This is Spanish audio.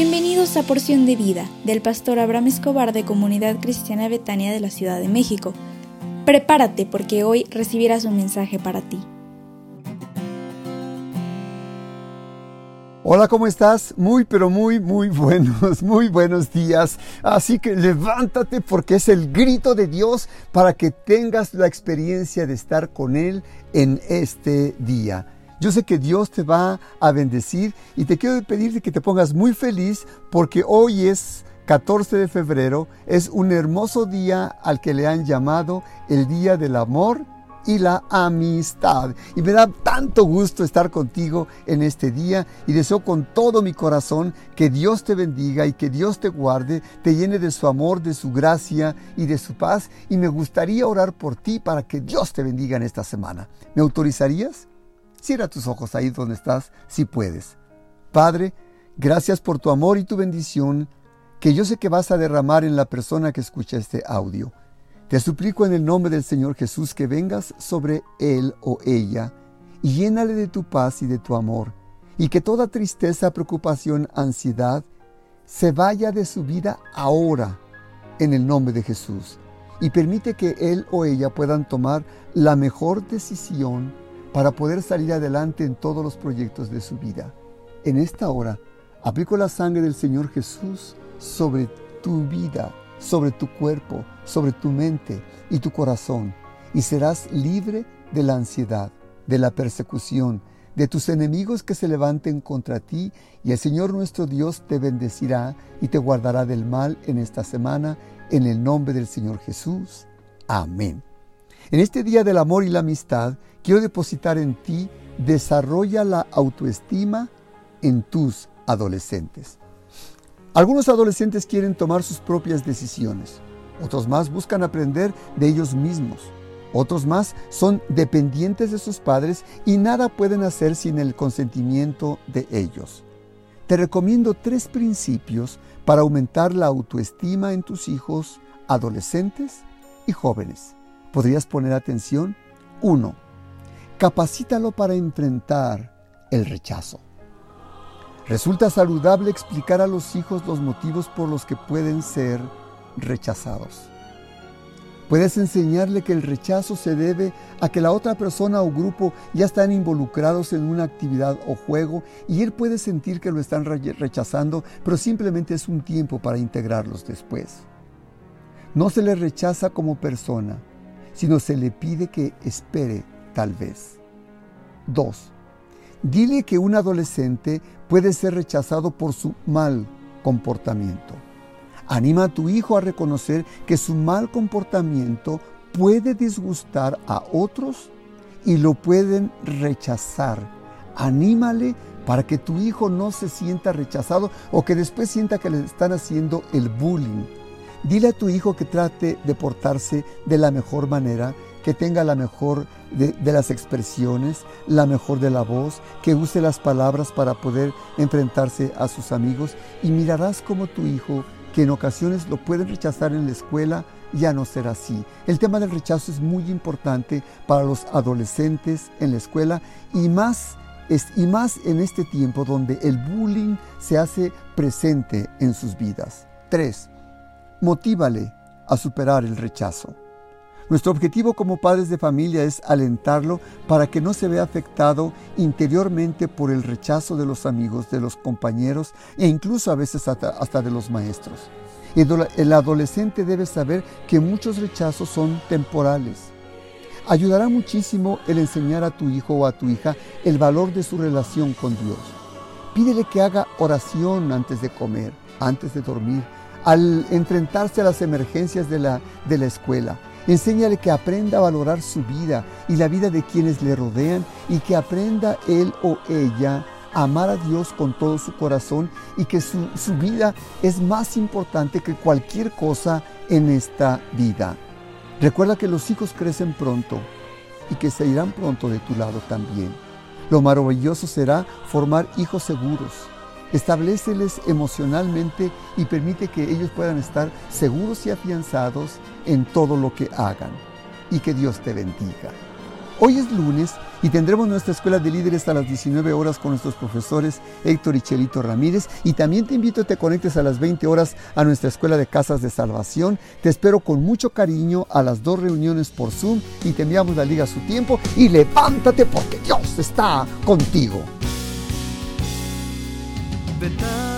Bienvenidos a Porción de Vida, del pastor Abraham Escobar de Comunidad Cristiana Betania de la Ciudad de México. Prepárate porque hoy recibirás un mensaje para ti. Hola, ¿cómo estás? Muy buenos días. Así que levántate porque es el grito de Dios para que tengas la experiencia de estar con Él en este día. Yo sé que Dios te va a bendecir y te quiero pedir que te pongas muy feliz porque hoy es 14 de febrero, es un hermoso día al que le han llamado el Día del Amor y la Amistad. Y me da tanto gusto estar contigo en este día y deseo con todo mi corazón que Dios te bendiga y que Dios te guarde, te llene de su amor, de su gracia y de su paz. Y me gustaría orar por ti para que Dios te bendiga en esta semana. ¿Me autorizarías? Cierra tus ojos ahí donde estás, si puedes. Padre, gracias por tu amor y tu bendición que yo sé que vas a derramar en la persona que escucha este audio. Te suplico en el nombre del Señor Jesús que vengas sobre él o ella y llénale de tu paz y de tu amor, y que toda tristeza, preocupación, ansiedad se vaya de su vida ahora en el nombre de Jesús, y permite que él o ella puedan tomar la mejor decisión para poder salir adelante en todos los proyectos de su vida. En esta hora, aplico la sangre del Señor Jesús sobre tu vida, sobre tu cuerpo, sobre tu mente y tu corazón, y serás libre de la ansiedad, de la persecución, de tus enemigos que se levanten contra ti, y el Señor nuestro Dios te bendecirá y te guardará del mal en esta semana, en el nombre del Señor Jesús. Amén. En este día del amor y la amistad, quiero depositar en ti, desarrolla la autoestima en tus adolescentes. Algunos adolescentes quieren tomar sus propias decisiones. Otros más buscan aprender de ellos mismos. Otros más son dependientes de sus padres y nada pueden hacer sin el consentimiento de ellos. Te recomiendo 3 principios para aumentar la autoestima en tus hijos, adolescentes y jóvenes. ¿Podrías poner atención? 1. Capacítalo para enfrentar el rechazo. Resulta saludable explicar a los hijos los motivos por los que pueden ser rechazados. Puedes enseñarle que el rechazo se debe a que la otra persona o grupo ya están involucrados en una actividad o juego y él puede sentir que lo están rechazando, pero simplemente es un tiempo para integrarlos después. No se le rechaza como persona, sino se le pide que espere tal vez. 2. Dile que un adolescente puede ser rechazado por su mal comportamiento. Anima a tu hijo a reconocer que su mal comportamiento puede disgustar a otros y lo pueden rechazar. Anímale para que tu hijo no se sienta rechazado o que después sienta que le están haciendo el bullying. Dile a tu hijo que trate de portarse de la mejor manera, que tenga la mejor de las expresiones, la mejor de la voz, que use las palabras para poder enfrentarse a sus amigos, y mirarás como tu hijo, que en ocasiones lo pueden rechazar en la escuela, ya no será así. El tema del rechazo es muy importante para los adolescentes en la escuela y más en este tiempo donde el bullying se hace presente en sus vidas. 3. Motívale a superar el rechazo. Nuestro objetivo como padres de familia es alentarlo para que no se vea afectado interiormente por el rechazo de los amigos, de los compañeros e incluso a veces hasta de los maestros. El adolescente debe saber que muchos rechazos son temporales. Ayudará muchísimo el enseñar a tu hijo o a tu hija el valor de su relación con Dios. Pídele que haga oración antes de comer, antes de dormir, al enfrentarse a las emergencias de la escuela. Enséñale que aprenda a valorar su vida y la vida de quienes le rodean y que aprenda él o ella a amar a Dios con todo su corazón y que su vida es más importante que cualquier cosa en esta vida. Recuerda que los hijos crecen pronto y que se irán pronto de tu lado también. Lo maravilloso será formar hijos seguros. Establéceles emocionalmente y permite que ellos puedan estar seguros y afianzados en todo lo que hagan. Y que Dios te bendiga. Hoy es lunes Y tendremos nuestra escuela de líderes a las 19 horas con nuestros profesores Héctor y Chelito Ramírez. Y también te invito a que te conectes a las 20 horas a nuestra escuela de casas de salvación. Te espero con mucho cariño a las 2 reuniones por Zoom y te enviamos la liga a su tiempo. Y levántate porque Dios está contigo.